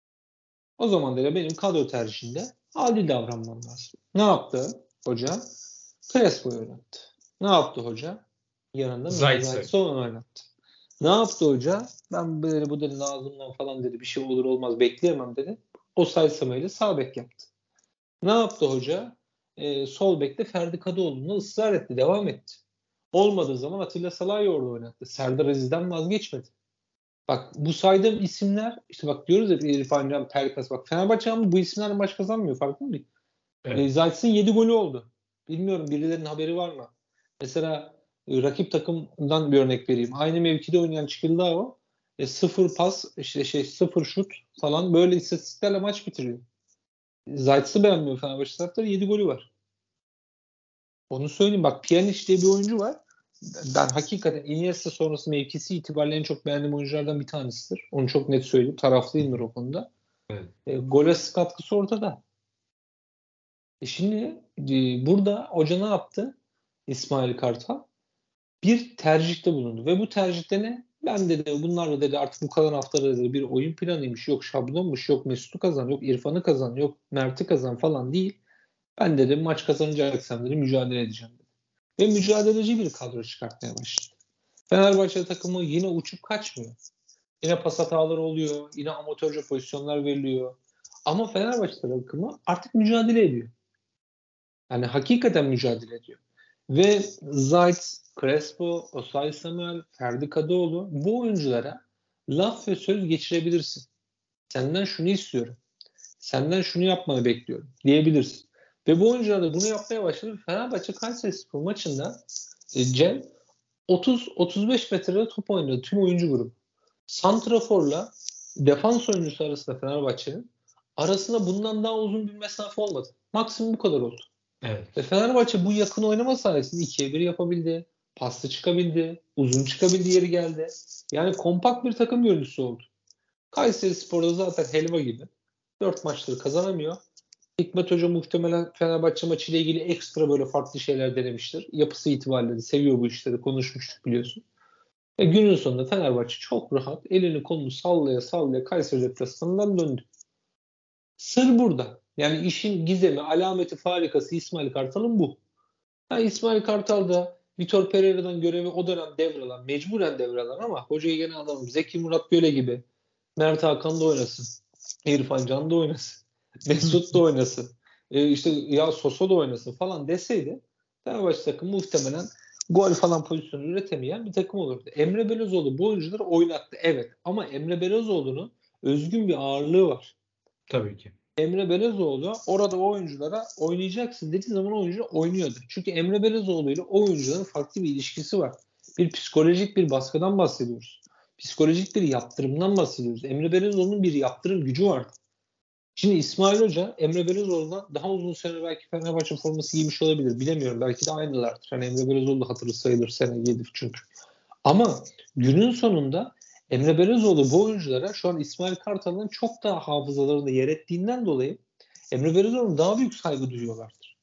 O zaman da benim kadro tercihinde adil davranmam lazım. Ne yaptı hoca? Crespo oynattı. Ne yaptı hoca? Yanında Zaytson oynattı. Ne yaptı hoca? Ben böyle, bu dedi Nazım'dan falan dedi, bir şey olur olmaz bekleyemem dedi. O Saysama ile sağ bek yaptı. Ne yaptı hoca? e, sol bekte Ferdi Kadıoğlu'na ısrar etti. Devam etti. Olmadığı zaman Atilla Salah'ı orada oynattı. Serdar Aziz'den vazgeçmedi. Bak bu saydığım isimler işte bak diyoruz ya İrfan Can, Pelkas. Bak Fenerbahçe ama bu isimlerle maç kazanmıyor. Farkında mısın? Evet. E, Zayt'sın yedi golü oldu. Bilmiyorum birilerinin haberi var mı? Mesela e, rakip takımdan bir örnek vereyim. Aynı mevkide oynayan Çikildao e, sıfır pas, işte şey sıfır şut falan böyle istatistiklerle maç bitiriyor. Zayt'sı beğenmiyor Fenerbahçe taraftarı. yedi golü var. Onu söyleyeyim. Bak Pjanic diye bir oyuncu var. Ben hakikaten Iniesta sonrası mevkisi itibariyle en çok beğendiğim oyunculardan bir tanesidir. Onu çok net söyleyeyim. Taraflıyımdır o konuda. Evet. E, gole katkısı ortada. E şimdi e, burada hoca ne yaptı? İsmail Kartal bir tercihte bulundu. Ve bu tercihte ne? Ben dedi bunlarla dedi artık bu kalan haftalarda dedi bir oyun planıymış. Yok şablonmuş. Yok Mesut'u kazan. Yok İrfan'ı kazan. Yok Mert'i kazan falan değil. Ben dedim maç kazanacaksam dedi mücadele edeceğim dedi. Ve mücadeleci bir kadro çıkartmaya başladı. Fenerbahçe takımı yine uçup kaçmıyor. Yine pas hataları oluyor. Yine amatörce pozisyonlar veriliyor. Ama Fenerbahçe takımı artık mücadele ediyor. Yani hakikaten mücadele ediyor. Ve Zayt, Crespo, Osay Samuel, Ferdi Kadıoğlu bu oyunculara laf ve söz geçirebilirsin. Senden şunu istiyorum. Senden şunu yapmanı bekliyorum diyebilirsin. Ve bu oyuncular da bunu yapmaya başladı. Fenerbahçe Kayserispor maçında e, Cem otuz otuz beş metrede top oynadı tüm oyuncu grubu. Santrafor'la defans oyuncusu arasında Fenerbahçe'nin arasında bundan daha uzun bir mesafe olmadı. Maksimum bu kadar oldu. Evet. Ve Fenerbahçe bu yakın oynama sayesinde ikiye bir yapabildi. Paslı çıkabildi. Uzun çıkabildi yeri geldi. Yani kompakt bir takım görüntüsü oldu. Kayserispor'da zaten helva gibi. Dört maçları kazanamıyor. Hikmet Hoca muhtemelen Fenerbahçe maçıyla ilgili ekstra böyle farklı şeyler denemiştir. Yapısı itibariyle de seviyor bu işleri. Konuşmuştuk biliyorsun. Ve günün sonunda Fenerbahçe çok rahat elini kolunu sallaya sallaya Kayseri deplasmanından döndü. Sır burada. Yani işin gizemi, alameti farikası İsmail Kartal'ın bu. Ha, İsmail Kartal da Vitor Pereira'dan görevi o dönem devralan, mecburen devralan ama hocayı gene alalım. Zeki Murat Göle gibi. Mert Hakan da oynasın. İrfan Can da oynasın. Mesut da oynasın. E işte ya Soso da oynasın falan deseydi Fenerbahçe takımı muhtemelen gol falan pozisyonu üretemeyen bir takım olurdu. Emre Belözoğlu bu oyuncuları oynattı. Evet ama Emre Belözoğlu'nun özgün bir ağırlığı var. Tabii ki. Emre Belözoğlu orada o oyunculara oynayacaksın dediği zaman o oyuncu oynuyordu. Çünkü Emre Belözoğlu ile o oyuncuların farklı bir ilişkisi var. Bir psikolojik bir baskıdan bahsediyoruz. Psikolojik bir yaptırımdan bahsediyoruz. Emre Belözoğlu'nun bir yaptırım gücü vardı. Şimdi İsmail Hoca Emre Belözoğlu'na daha uzun sene belki Fenerbahçe forması giymiş olabilir. Bilemiyorum. Belki de aynılardır. Hani Emre Belözoğlu da hatırı sayılır sene giydir çünkü. Ama günün sonunda Emre Belözoğlu bu oyunculara şu an İsmail Kartal'ın çok daha hafızalarında yer ettiğinden dolayı Emre Belözoğlu'na daha büyük saygı duyuyorlardır.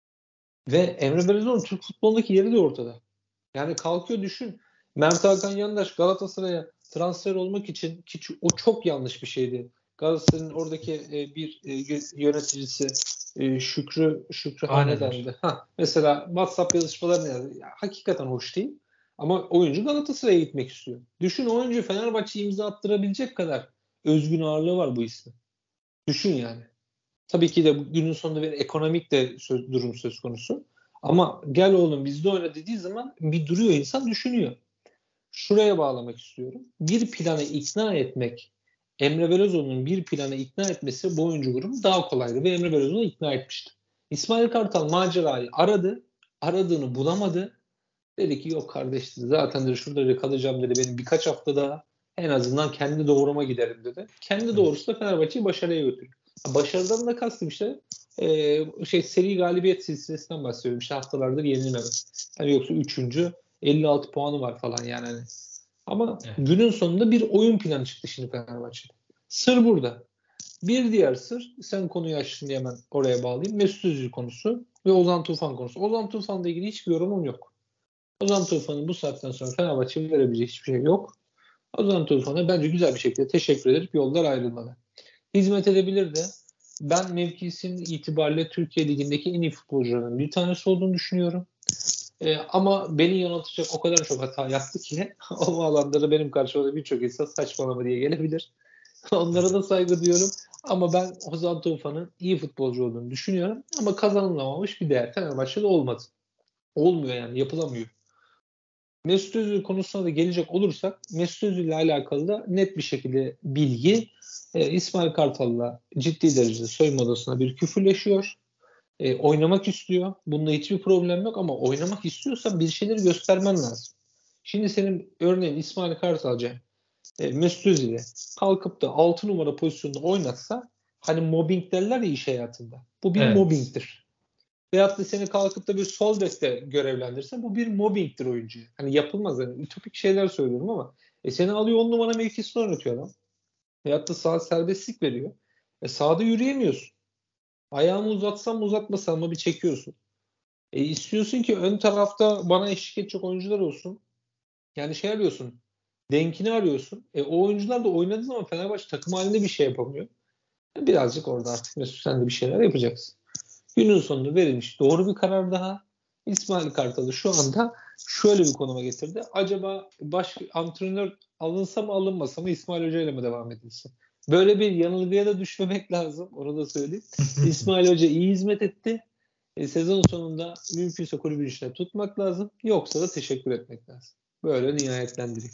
Ve Emre Belözoğlu'nun Türk futbolundaki yeri de ortada. Yani kalkıyor düşün. Mert Hakan Yandaş Galatasaray'a transfer olmak için ki o çok yanlış bir şeydi. Galatasaray'ın oradaki e, bir e, yöneticisi e, Şükrü Şükrü Hanedan'dı. Ha, mesela WhatsApp yazışmalarını yazdı. Ya, hakikaten hoş değil. Ama oyuncu Galatasaray'a gitmek istiyor. Düşün oyuncu Fenerbahçe'ye imza attırabilecek kadar özgün ağırlığı var bu ismi. Düşün yani. Tabii ki de günün sonunda bir ekonomik de söz, durum söz konusu. Ama gel oğlum bizde oyna dediği zaman bir duruyor insan düşünüyor. Şuraya bağlamak istiyorum. Bir plana ikna etmek, Emre Belözoğlu'nun bir plana ikna etmesi bu oyuncu grubu daha kolaydı ve Emre Belözoğlu ikna etmişti. İsmail Kartal macerayı aradı, aradığını bulamadı. Dedi ki yok kardeş dedi, zaten dedi şurada dedi, kalacağım dedi, benim birkaç hafta daha en azından kendi doğruma giderim dedi. Kendi doğrusu da Fenerbahçe'yi başarıya götürdü. Başarıdan da kastım işte e, şey seri galibiyet silsilesinden bahsediyorum. İşte haftalardır yenilmeme. Yani yoksa üçüncü elli altı puanı var falan yani. Hani. Ama evet. Günün sonunda bir oyun planı çıktı şimdi Fenerbahçe'de. Sır burada. Bir diğer sır, sen konuyu açtın diye hemen oraya bağlayayım. Mesut Özil konusu ve Ozan Tufan konusu. Ozan Tufan'la ilgili hiçbir yorumum yok. Ozan Tufan'ın bu saatten sonra Fenerbahçe'ye verebileceği hiçbir şey yok. Ozan Tufan'a bence güzel bir şekilde teşekkür edip yollar ayrılmalı. Hizmet edebilir de ben mevkisinin itibariyle Türkiye Ligi'ndeki en iyi futbolcuların bir tanesi olduğunu düşünüyorum. Ee, ama beni yanıltacak o kadar çok hata yaptı ki o alanlara benim karşımda birçok insan saçmalama diye gelebilir. Onlara da saygı duyuyorum. Ama ben Ozan Tufan'ın iyi futbolcu olduğunu düşünüyorum. Ama kazanılamamış bir değer. Fenerbahçe'de olmadı. Olmuyor yani. Yapılamıyor. Mesut Özil konusuna da gelecek olursak Mesut Özil ile alakalı da net bir şekilde bilgi e, İsmail Kartal'la ciddi derecede soyunma odasına bir küfürleşiyor. E, oynamak istiyor. Bunda hiçbir problem yok ama oynamak istiyorsan bir şeyleri göstermen lazım. Şimdi senin örneğin İsmail Kartalca e, Mesut Özil'e kalkıp da altı numara pozisyonunda oynatsa hani mobbing derler ya iş hayatında. Bu bir Evet. mobbingtir. Veyahut da seni kalkıp da bir sol bekte görevlendirsen bu bir mobbingtir oyuncuya. Hani yapılmaz. Yani ütopik şeyler söylüyorum ama e seni alıyor on numara mevkisine oynatıyor adam. Veyahut da sağ serbestlik veriyor. E sağda yürüyemiyorsun. Ayağımı uzatsam mı uzatmasam mı bir çekiyorsun. E istiyorsun ki ön tarafta bana eşlik edecek oyuncular olsun. Yani şey arıyorsun. Denkini arıyorsun. E o oyuncular da oynadığı zaman Fenerbahçe takım halinde bir şey yapamıyor. E birazcık orada artık Mesut sen de bir şeyler yapacaksın. Günün sonunda verilmiş doğru bir karar daha. İsmail Kartal'ı şu anda şöyle bir konuma getirdi. Acaba baş antrenör alınsa mı alınmasa mı İsmail Hoca ile mi devam edilsin? Böyle bir yanılgıya da düşmemek lazım. Onu da söyleyeyim. İsmail Hoca iyi hizmet etti. E, sezon sonunda mümkünse kulübün içine tutmak lazım. Yoksa da teşekkür etmek lazım. Böyle nihayetlendireyim.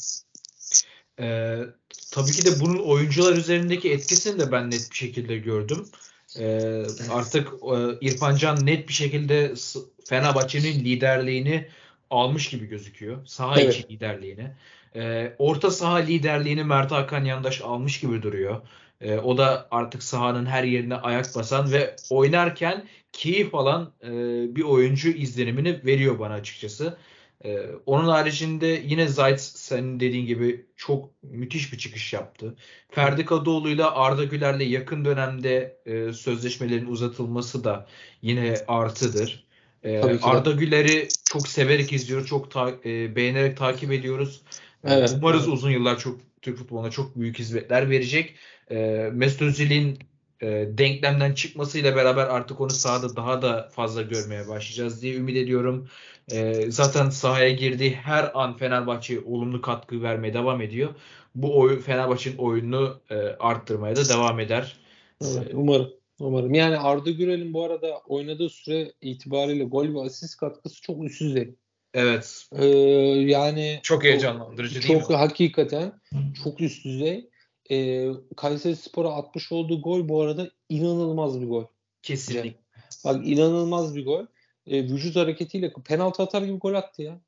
Ee, tabii ki de bunun oyuncular üzerindeki etkisini de ben net bir şekilde gördüm. Ee, artık e, İrfan Can net bir şekilde Fenerbahçe'nin liderliğini almış gibi gözüküyor. Saha Evet. içi liderliğini. Ee, orta saha liderliğini Mert Hakan Yandaş almış gibi duruyor. Ee, o da artık sahanın her yerine ayak basan ve oynarken keyif alan e, bir oyuncu izlenimini veriyor bana açıkçası. Ee, onun haricinde yine Zayt senin dediğin gibi çok müthiş bir çıkış yaptı. Ferdi Kadıoğlu'yla Arda Güler'le yakın dönemde e, sözleşmelerin uzatılması da yine artıdır. E, Tabii ki de. Arda Güler'i çok severek izliyoruz, çok ta- e, beğenerek takip ediyoruz. E, Evet, umarız evet. uzun yıllar çok Türk futboluna çok büyük hizmetler verecek. E, Mesut Özil'in e, denklemden çıkmasıyla beraber artık onu sahada daha da fazla görmeye başlayacağız diye ümit ediyorum. E, zaten sahaya girdiği her an Fenerbahçe'ye olumlu katkı vermeye devam ediyor. Bu oyun Fenerbahçe'nin oyununu e, arttırmaya da devam eder. Evet, E, umarım. Umarım. Yani Arda Güler'in bu arada oynadığı süre itibariyle gol ve asist katkısı çok üst düzey. evet. Ee, yani Çok heyecanlandırıcı değil mi? çok hakikaten çok üst düzey. Ee, Kayserispor'a atmış olduğu gol bu arada inanılmaz bir gol. Kesinlikle. Bak inanılmaz bir gol. Ee, vücut hareketiyle penaltı atar gibi gol attı ya.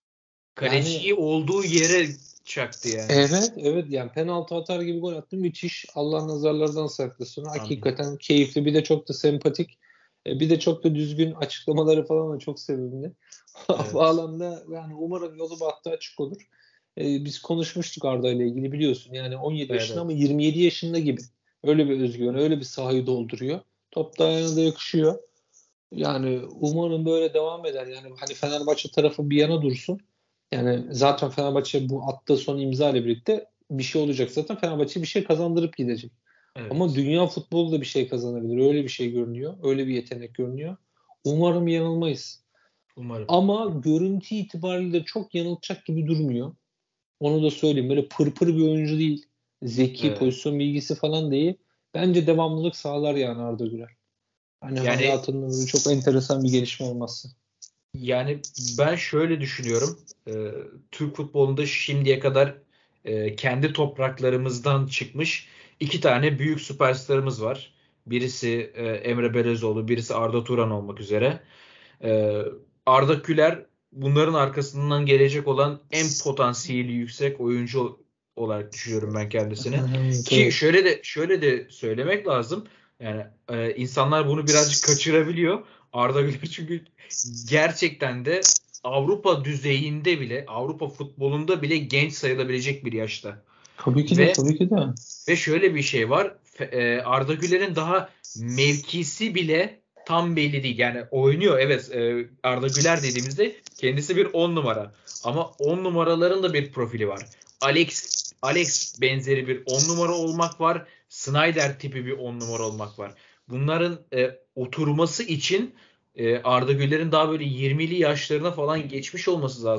Kaleciyi Yani olduğu yere çaktı yani. evet evet yani penaltı atar gibi gol attı. Müthiş. Allah nazarlardan saklasın. Amin. Hakikaten keyifli. Bir de çok da sempatik. E, Bir de çok da düzgün açıklamaları falan da çok sevimli. Evet. Bu alanda yani umarım yolu bahtı açık olur. E, biz konuşmuştuk Arda ile ilgili biliyorsun. Yani on yedi Evet, yaşında evet. ama yirmi yedi yaşında gibi. Öyle bir özgüven, öyle bir sahayı dolduruyor. Top da ayağına da yakışıyor. Yani umarım böyle devam eder. Yani hani Fenerbahçe tarafı bir yana dursun. Yani zaten Fenerbahçe bu attığı son imza ile birlikte bir şey olacak zaten. Fenerbahçe bir şey kazandırıp gidecek. Evet. Ama dünya futbolu da bir şey kazanabilir. Öyle bir şey görünüyor. Öyle bir yetenek görünüyor. Umarım yanılmayız. Umarım. Ama görüntü itibariyle de çok yanıltacak gibi durmuyor. Onu da söyleyeyim. Böyle pırpır bir oyuncu değil. Zeki, Evet. pozisyon bilgisi falan değil. Bence devamlılık sağlar yani Arda Güler. Hani Yani hayatında böyle çok enteresan bir gelişme olması. Yani ben şöyle düşünüyorum. E, Türk futbolunda şimdiye kadar e, kendi topraklarımızdan çıkmış iki tane büyük süperstarımız var. Birisi e, Emre Belezoğlu, birisi Arda Turan olmak üzere. E, Arda Güler bunların arkasından gelecek olan en potansiyeli yüksek oyuncu olarak düşünüyorum ben kendisini. Evet, Ki evet. şöyle de şöyle de söylemek lazım. Yani e, insanlar bunu birazcık kaçırabiliyor. Arda Güler çünkü gerçekten de Avrupa düzeyinde bile, Avrupa futbolunda bile genç sayılabilecek bir yaşta. Tabii ki de, Ve tabii ki de. ve şöyle bir şey var. Fe- e, Arda Güler'in daha mevkisi bile tam belli değil. Yani oynuyor evet, e, Arda Güler dediğimizde kendisi bir on numara. Ama on numaraların da bir profili var. Alex Alex benzeri bir on numara olmak var. Snyder tipi bir on numara olmak var. Bunların e, oturması için e, Arda Güler'in daha böyle yirmili yaşlarına falan geçmiş olması lazım.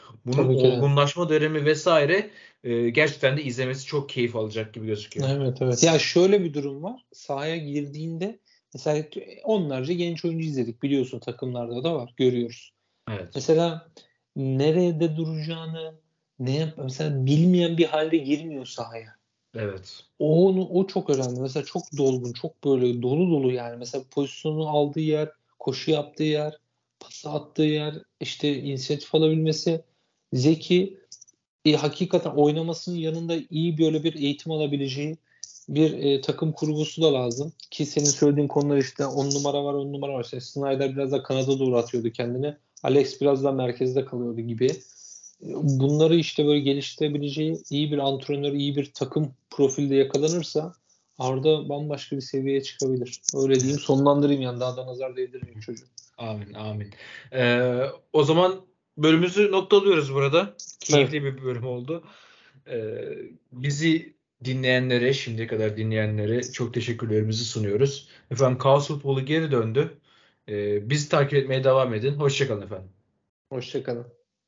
Bunun Tabii ki de. olgunlaşma dönemi vesaire e, gerçekten de izlemesi çok keyif alacak gibi gözüküyor. Evet evet. Ya şöyle bir durum var. Sahaya girdiğinde mesela onlarca genç oyuncu izledik. Biliyorsun takımlarda da var. Görüyoruz. Evet. Mesela nerede duracağını ne yap mesela bilmeyen bir halde girmiyor sahaya. Evet. O onu o çok önemli. Mesela çok dolgun, çok böyle dolu dolu yani. Mesela pozisyonu aldığı yer, koşu yaptığı yer, pası attığı yer, işte inisiyatif alabilmesi, zeki, e, hakikaten oynamasının yanında iyi böyle bir eğitim alabileceği bir e, takım kurgusu da lazım. Ki senin söylediğin konular işte on numara var, on numara var. İşte Snyder biraz da kanada doğru atıyordu kendini. Alex biraz da merkezde kalıyordu gibi. E, Bunları işte böyle geliştirebileceği iyi bir antrenör, iyi bir takım profilde yakalanırsa Arda bambaşka bir seviyeye çıkabilir. Öyle diyeyim, sonlandırayım yani. Daha da nazar değdirmeyeyim çocuğu. Amin, amin. Ee, o zaman bölümümüzü noktalıyoruz burada. Keyifli bir bölüm oldu. Ee, bizi dinleyenlere, şimdiye kadar dinleyenlere çok teşekkürlerimizi sunuyoruz. Efendim Kaos Futbolu geri döndü. Ee, bizi takip etmeye devam edin. Hoşçakalın efendim. Hoşçakalın.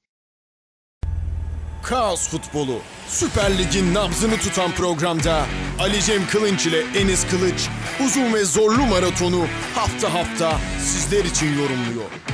Kaos Futbolu, Süper Lig'in nabzını tutan programda Ali Cem Kılınç ile Enis Kılıç uzun ve zorlu maratonu hafta hafta sizler için yorumluyor.